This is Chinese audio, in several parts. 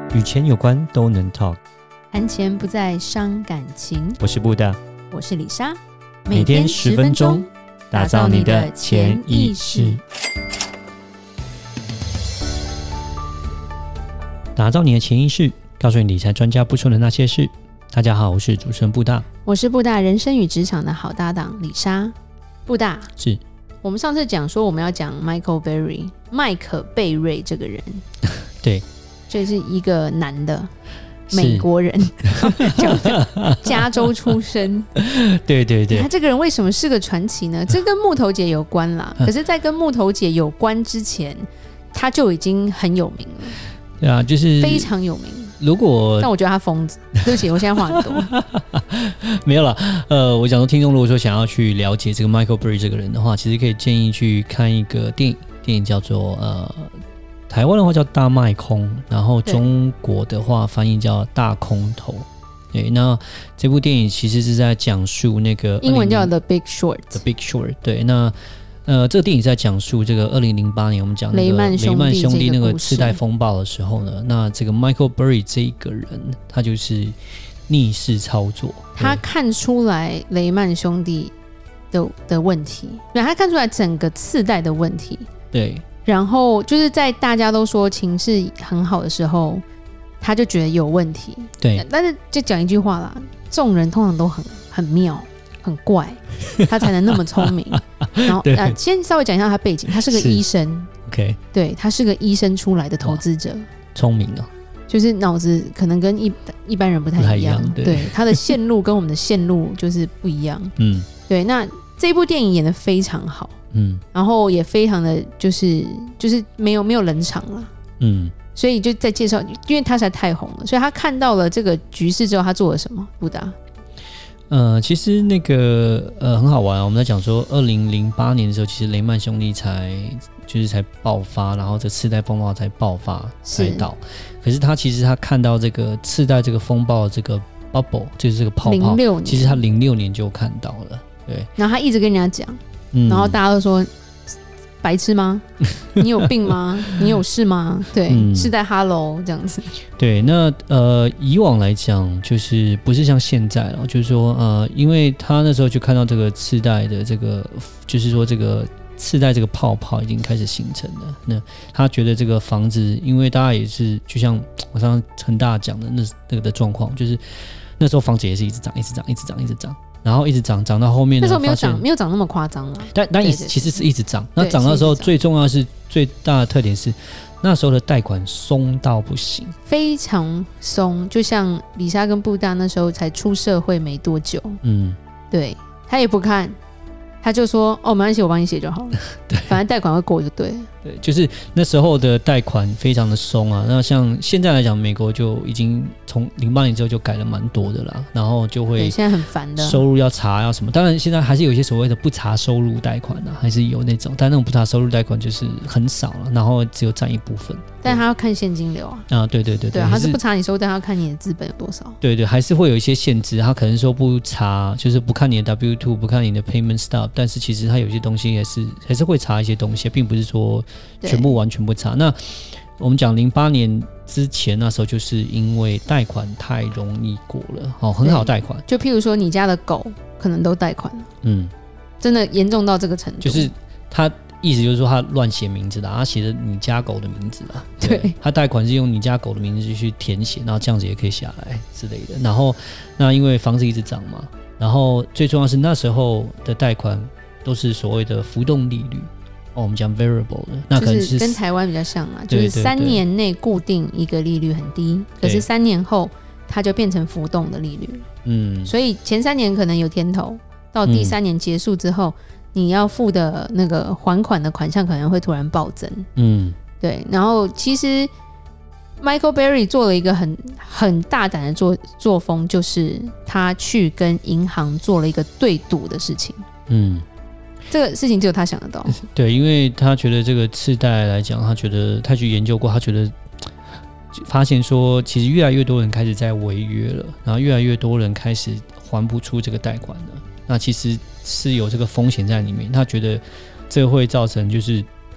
与钱有关都能 talk。 谈钱不再伤感情。 我是布大， 我是李莎， 每天10分钟，打造你的潜意识，打造你的潜意识，告诉你理财专家不说的那些事。大家好，我是主持人布大， 我是布大人生与职场的好搭档李莎。布大， 是我们上次讲说我们要讲 Michael Berry 麦克贝瑞这个人对， 这是一个男的美国人加州出生对对对， 他这个人为什么是个传奇呢？这跟木头姐有关啦可是在跟木头姐有关之前他就已经很有名了。 对啊，就是非常有名。 如果但我觉得他疯子，对不起，我现在话很多。 没有啦，我想说听众如果说想要去了解这个 Michael Berry 这个人的话，其实可以建议去看一个电影叫做台湾的话叫大卖空，然后中国的话翻译叫大空头。对，那这部电影其实是在讲述那个英文叫 The Big Short。The Big Short， 对，那这个电影在讲述这个2008年我们讲那个雷曼兄弟那个次贷风暴的时候呢，那这个 Michael Berry 这一个人，他就是逆势操作， 他看出来雷曼兄弟 的问题，他看出来整个次贷的问题，对，然后就是在大家都说情势很好的时候，他就觉得有问题，对，但是就讲一句话啦，众人通常都很妙。很怪，他才能那么聪明。然后先稍微讲一下他背景，他是个医生 ，OK， 对，他是个医生出来的投资者， 聪明哦， 就是脑子可能跟一般人不太一样，对，他的线路跟我们的线路就是不一样，对。那这部电影演得非常好，然后也非常的就是没有冷场了，所以就在介绍，因为他实在太红了，所以他看到了这个局势之后，他做了什么？布达。 其实那个很好玩啊，我们在讲说2008年的时候，其实雷曼兄弟才爆发，然后这次贷风暴才爆发才到。可是他其实他看到这个次贷这个风暴的这个 bubble， 就是这个泡泡，其实他06年就看到了，对。然后他一直跟人家讲，然后大家都说。白痴吗？你有病吗？你有事吗？对，是在 Hello 这样子。 对，那以往来讲，就是不是像现在了，就是说因为他那时候就看到这个次贷的这个，就是说这个次贷这个泡泡已经开始形成了。那他觉得这个房子，因为大家也是就像我上次很大讲的那个的状况，就是那时候房子也是一直涨，一直涨，一直涨，一直涨。然后一直涨到后面呢， 那时候没有涨那么夸张啊， 但其实是一直涨。那涨的时候，最重要的是最大的特点是，那时候的贷款松到不行， 非常松，就像李莎跟布大那时候才出社会没多久，对，他也不看，他就说没关系，我帮你写就好了，对，反正贷款会过就对了。 对，就是那时候的贷款非常的松啊。那像现在来讲，美国就已经从08年之后就改了蛮多的啦，然后就会现在很烦的， 收入要查要什么。当然现在还是有一些所谓的不查收入贷款啊，还是有那种，但那种不查收入贷款就是很少了，然后只有占一部分。 但他要看现金流啊。 对对对对， 他是不查你收入，但他要看你的资本有多少。 对对，还是会有一些限制，他可能说不查，就是不看你的 W2， 不看你的 payment stub， 但是其实他有些东西还是会查一些东西，并不是说全部完全不查。那我们讲08年之前那时候，就是因为贷款太容易过了，很好贷款。 就譬如说你家的狗可能都贷款了，真的严重到这个程度。就是他意思就是说他乱写名字啦，他写的你家狗的名字啦，对，他贷款是用你家狗的名字去填写，然后这样子也可以下来之类的。然后那因为房子一直涨嘛，然后最重要是那时候的贷款都是所谓的浮动利率。我们讲 variable 的，那可能就是跟台湾比较像啊，就是3年内固定一个利率很低，可是3年后它就变成浮动的利率了。所以前3年可能有甜头，到第3年结束之后，你要付的那个还款的款项可能会突然暴增。对。然后其实 Michael Berry 做了一个很大胆的作风，就是他去跟银行做了一个对赌的事情。这个事情只有他想得到。 对，因为他觉得这个次贷来讲，他觉得他去研究过，他觉得发现说，其实越来越多人开始在违约了，然后越来越多人开始还不出这个贷款了。那其实是有这个风险在里面。他觉得这会造成就是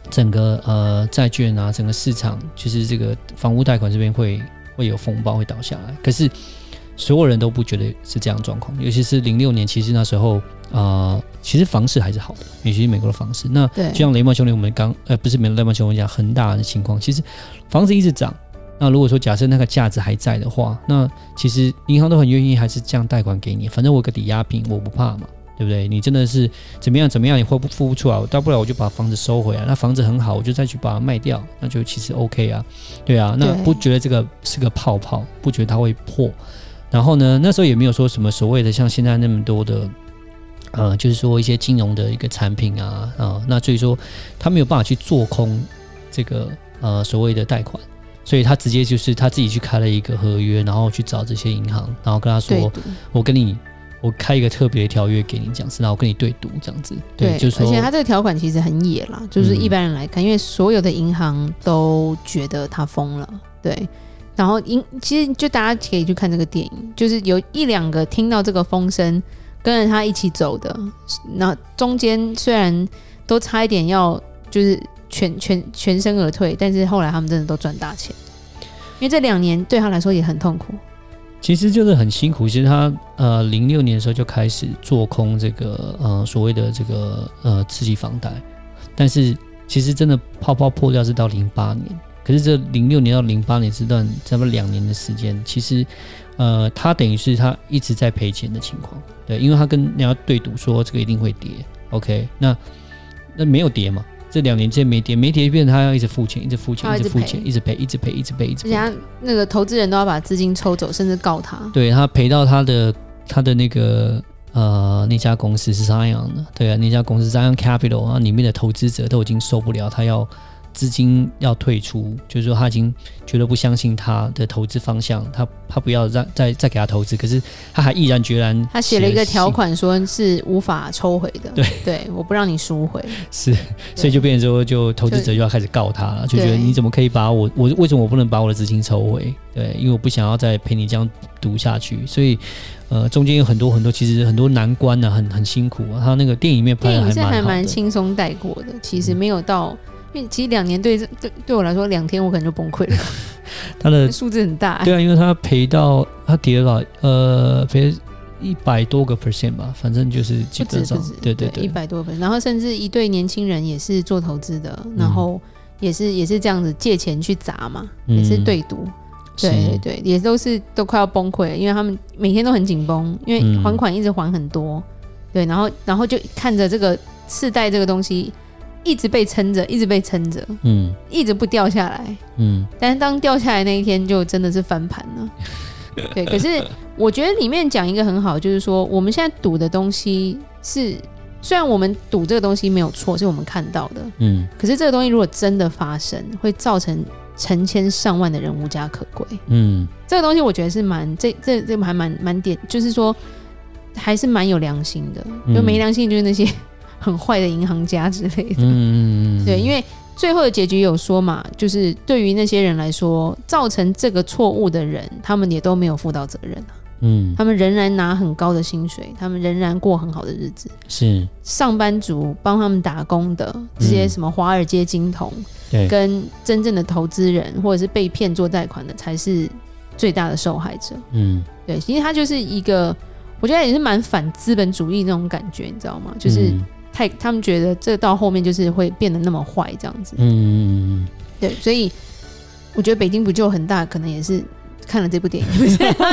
整个债券啊，整个市场就是这个房屋贷款这边会有风暴，会倒下来。可是所有人都不觉得是这样的状况，尤其是06年，其实那时候其实房市还是好的，尤其是美国的房市。那就像雷曼兄弟，我们不是雷曼兄弟讲恒大的情况，其实房子一直涨。那如果说假设那个价值还在的话，那其实银行都很愿意还是这样贷款给你，反正我有个抵押品，我不怕嘛，对不对？你真的是怎么样，你付不出来，大不了我就把房子收回来。那房子很好，我就再去把它卖掉，那就其实 OK 啊，对啊。那不觉得这个是个泡泡，不觉得它会破。然后呢，那时候也没有说什么所谓的像现在那么多的就是说一些金融的一个产品啊，那所以说他没有办法去做空这个所谓的贷款。所以他直接就是他自己去开了一个合约，然后去找这些银行，然后跟他说，我开一个特别的条约给你，这样子，然后我跟你对赌这样子。 对， 就是说， 而且他这个条款其实很野啦，就是一般人来看，因为所有的银行都觉得他疯了，对。然后其实就大家可以去看这个电影，就是有一两个听到这个风声，跟着他一起走的，那中间虽然都差一点要就是全身而退，但是后来他们真的都赚大钱，因为这2年对他来说也很痛苦。 其实就是很辛苦。其实他06年的时候就开始做空这个所谓的这个刺激房贷，但是其实真的泡泡破掉是到08年，可是这06年到08年这段差不多2年的时间，其实他等于是他一直在赔钱的情况，对，因为他跟人家对赌说这个一定会跌 ，OK， 那没有跌嘛。这2年间没跌，就变成他要一直付钱，一直付钱，一直付钱，一直赔。而且那个投资人都要把资金抽走，甚至告他。 对，他赔到他的那个那家公司是 Zion 的，对啊，那家公司 Zion Capital 啊，里面的投资者都已经受不了，他要资金要退出，就是说他已经觉得不相信他的投资方向，他不要再给他投资，可是他还毅然决然， 他写了一个条款说是无法抽回的，对，我不让你赎回， 是，所以就变成说，就投资者就要开始告他了，就觉得你怎么可以把我为什么我不能把我的资金抽回？对，因为我不想要再陪你这样赌下去，所以中间有很多其实很多难关啊，很辛苦啊。他那个电影里面拍的还蛮轻松带过的，其实没有到。因为其实2年对我来说2天我可能就崩溃了， 他的数字很大， 对啊，因为他他跌了赔100多个%吧，反正就是基本上对 100多%，然后甚至一对年轻人也是做投资的，然后也是这样子借钱去砸嘛，也是对赌，对，也都快要崩溃了，因为他们每天都很紧绷，因为还款一直还很多，对，然后就看着这个次贷这个东西。一直被撑着，一直不掉下来，但是当掉下来那一天，就真的是翻盘了。对，可是我觉得里面讲一个很好，就是说我们现在赌的东西是，虽然我们赌这个东西没有错，是我们看到的，可是这个东西如果真的发生，会造成成千上万的人无家可归，这个东西我觉得是这还蛮点，就是说还是蛮有良心的，就没良心就是那些。很坏的银行家之类的，对，因为最后的结局有说嘛，就是对于那些人来说，造成这个错误的人，他们也都没有负到责任啊。他们仍然拿很高的薪水，他们仍然过很好的日子。是上班族帮他们打工的这些什么华尔街金童，跟真正的投资人或者是被骗做贷款的，才是最大的受害者。对，其实他就是一个，我觉得也是蛮反资本主义那种感觉，你知道吗？就是。他们觉得这到后面就是会变得那么坏这样子，对，所以我觉得北京不救很大，可能也是看了这部电影，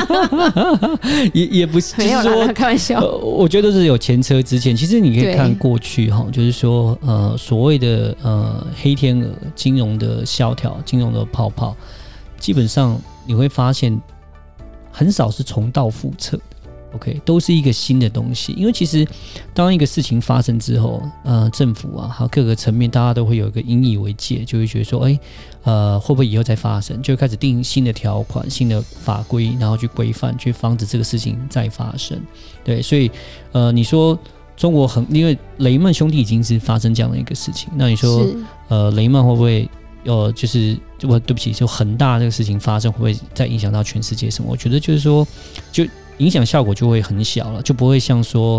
也不是， 没有啦，开玩笑。 我觉得是有前车之鉴。其实你可以看过去哈，就是说所谓的黑天鹅、金融的萧条、金融的泡泡，基本上你会发现很少是重蹈覆辙。OK， 都是一个新的东西，因为其实当一个事情发生之后，政府啊，还有各个层面，大家都会有一个引以为戒，就会觉得说，会不会以后再发生？就会开始定新的条款、新的法规，然后去规范，去防止这个事情再发生。对，所以你说中国因为雷曼兄弟已经是发生这样的一个事情，那你说雷曼会不会就是对不起，就恒大这个事情发生，会不会再影响到全世界什么？我觉得就是说，就影响效果就会很小了，就不会像说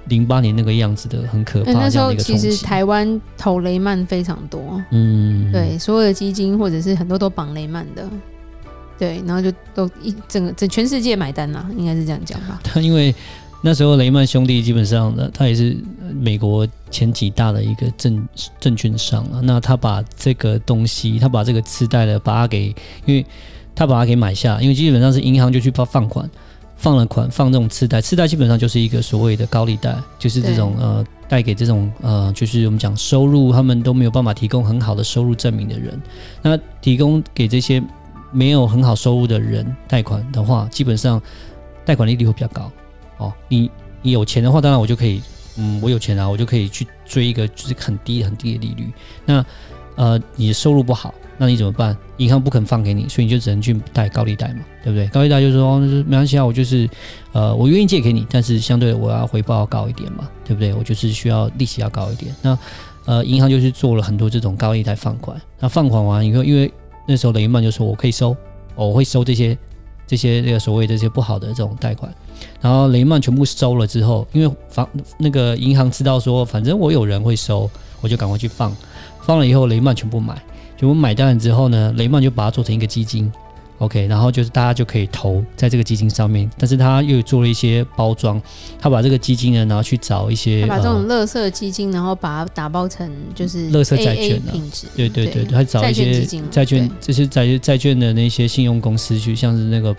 08年那个样子的很可怕的那时候一个冲击。 其实台湾投雷曼非常多，对，所有的基金或者是很多都绑雷曼的，对，然后就都整全世界买单啦，应该是这样讲吧。 因为那时候雷曼兄弟基本上呢，他也是美国前几大的一个证券商啊。那他把这个东西，他把这个次贷的因为他把它给买下，因为基本上是银行就去放款，放这种次贷基本上就是一个所谓的高利贷，就是这种贷给这种就是我们讲收入他们都没有办法提供很好的收入证明的人，那提供给这些没有很好收入的人贷款的话，基本上贷款利率会比较高。你有钱的话，当然我就可以，我有钱啊，我就可以去追一个就是很低的利率。那你的收入不好，那你怎么办？银行不肯放给你，所以你就只能去贷高利贷嘛，对不对？高利贷就是说，没关系啊，我就是我愿意借给你，但是相对我要回报要高一点嘛，对不对？我就是需要利息要高一点。那银行就是做了很多这种高利贷放款。那放款完以后，因为那时候雷曼就说我可以收，我会收这些那个所谓的这些不好的这种贷款。然后雷曼全部收了之后，因为那个银行知道说，反正我有人会收，我就赶快去放了以后，雷曼全部买单了之后呢，雷曼就把它做成一个基金 ，OK， 然后就是大家就可以投在这个基金上面，但是他又做了一些包装，他把这个基金呢，然后去找一些， 他把这种垃圾基金，然后把它打包成就是垃圾债券品质， 对，他找一些债券，这些债券的那些信用公司去，像是那个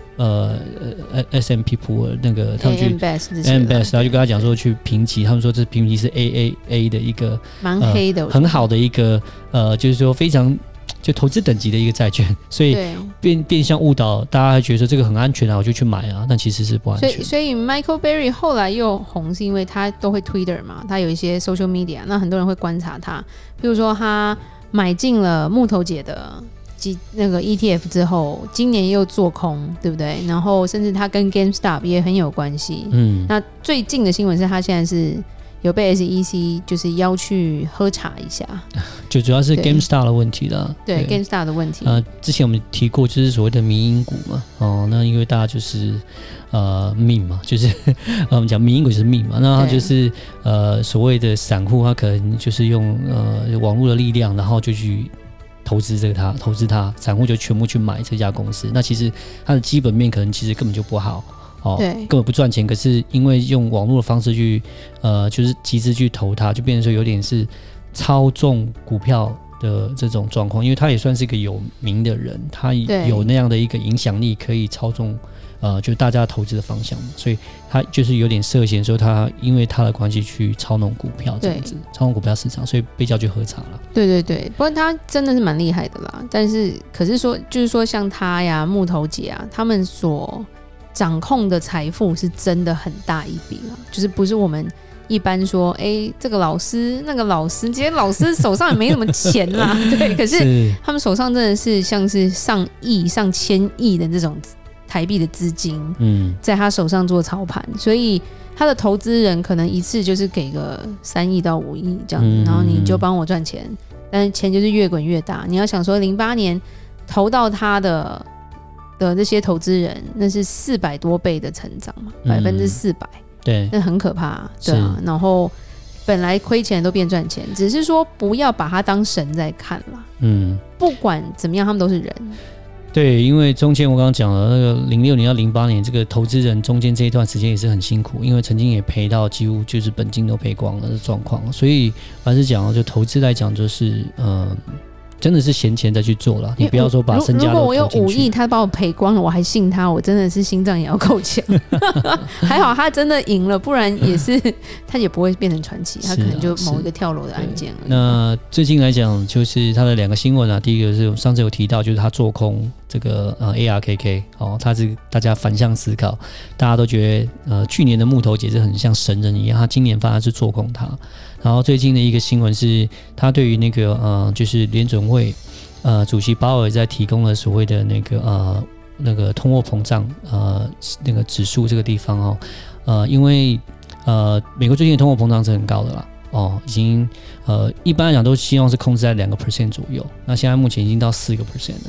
S&P 普尔那个他们去 AM Best， 然后就跟他讲说去评级，他们说这评级是 AAA 的一个蛮黑的， 很好的一个就是说非常。就投资等级的一个债券，所以变相误导大家，还觉得说这个很安全啊，我就去买啊，但其实是不安全。 所以 Michael Burry 后来又红，是因为他都会 Twitter 嘛，他有一些 social media， 那很多人会观察他。譬如说他买进了木头姐的那个 ETF 之后，今年又做空，对不对？然后甚至他跟 GameStop 也很有关系。那最近的新闻是他现在是有被 SEC 就是邀去喝茶一下， 就主要是 GameStar 的问题啦。 对 GameStar 的问题。 之前我们提过，就是所谓的迷因股嘛。那因为大家就是命嘛，就是我们讲迷因股就是命嘛。那它就是所谓的散户，他可能就是用网络的力量，然后就去投资它，散户就全部去买这家公司。那其实它的基本面可能其实根本就不好。根本不赚钱，可是因为用网络的方式去就是集资去投它，就变成说有点是操纵股票的这种状况。因为他也算是一个有名的人，他有那样的一个影响力，可以操纵就是大家投资的方向，所以他就是有点涉嫌说他因为他的关系去操弄股票这样子，操弄股票市场，所以被叫去喝茶了。 对，不过他真的是蛮厉害的啦。但是可是说就是说像他呀、木头姐啊，他们所掌控的财富是真的很大一笔啦，就是不是我们一般说，这个老师那个老师，其实老师手上也没什么钱啦，对，可是他们手上真的是像是上亿、上千亿的这种台币的资金，在他手上做操盘，所以他的投资人可能一次就是给个3亿到5亿这样，然后你就帮我赚钱，但是钱就是越滚越大。你要想说08年投到他的这些投资人，那是400多倍的成长嘛，400%， 对， 那很可怕，对啊。然后本来亏钱都变赚钱，只是说不要把它当神在看啦。不管怎么样，他们都是人。 对，因为中间我刚刚讲了那个06年到08年这个投资人中间这一段时间也是很辛苦，因为曾经也赔到几乎就是本金都赔光了的状况，所以还是讲就投资来讲就是真的是闲钱再去做了，你不要说把身家都投进去。如果我有5亿，他把我赔光了，我还信他，我真的是心脏也要够强。还好他真的赢了，不然也是他也不会变成传奇，他可能就某一个跳楼的案件而已。那最近来讲，就是他的2个新闻啊，第一个是上次有提到，就是他做空这个ARKK，他是大家反向思考，大家都觉得去年的木头姐是很像神人一样，他今年反而是做空他。然后最近的一个新闻是，他对于那个就是联准会主席鲍尔在提供了所谓的那个通货膨胀那个指数这个地方因为美国最近的通货膨胀是很高的啦已经一般来讲都希望是控制在2% 左右，那现在目前已经到4% 了。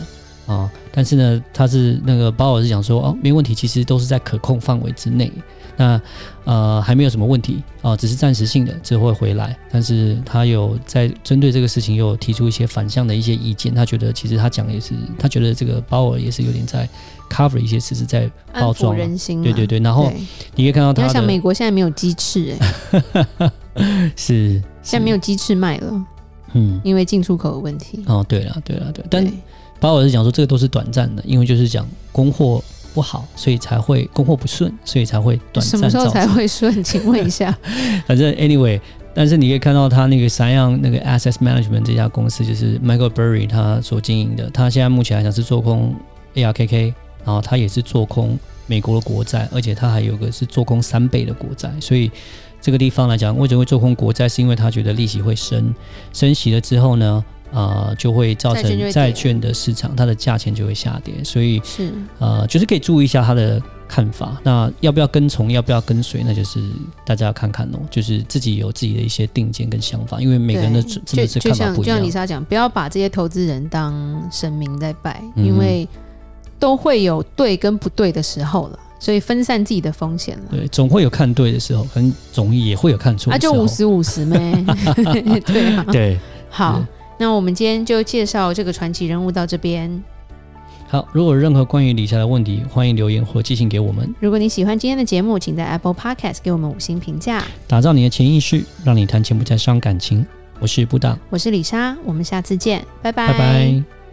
但是呢，他是那个鲍尔是讲说没问题，其实都是在可控范围之内。那还没有什么问题只是暂时性的，之后会回来。但是他有在针对这个事情又有提出一些反向的一些意见，他觉得其实他讲也是，他觉得这个鲍尔也是有点在 cover 一些事，是在包装安抚人心。 对，然后你可以看到他的， 你要想美国现在没有鸡翅是现在没有鸡翅卖了，因为进出口有问题。 对了，但鲍尔是讲说这个都是短暂的，因为就是讲供货不好，所以才会供货不顺，所以才会短暂。 什么时候才会顺？请问一下。 反正 anyway， 但是你可以看到他那个Scion那个 Asset Management 这家公司，就是 Michael Burry 他所经营的，他现在目前来讲是做空 ARKK， 然后他也是做空美国的国债，而且他还有个是做空3倍的国债，所以这个地方来讲，为什么会做空国债？是因为他觉得利息会升息了之后呢？就会造成债券的市场它的价钱就会下跌，所以是就是可以注意一下他的看法。那要不要跟从，要不要跟随，那就是大家要看看就是自己有自己的一些定见跟想法，因为每个人的真的是看法不一样。 就像李莎讲，不要把这些投资人当神明在拜，因为都会有对跟不对的时候了。所以分散自己的风险了。 对，总会有看对的时候，可能总也会有看错的时候。 就50-50咩？对啊。 对， 好。那我们今天就介绍这个传奇人物到这边。 好，如果有任何关于理财的问题，欢迎留言或寄信给我们。 如果你喜欢今天的节目，请在 Apple Podcast 给我们5星评价。 打造你的潜意识，让你谈钱不再伤感情。我是布大， 我是李莎，我们下次见，拜拜。 拜拜。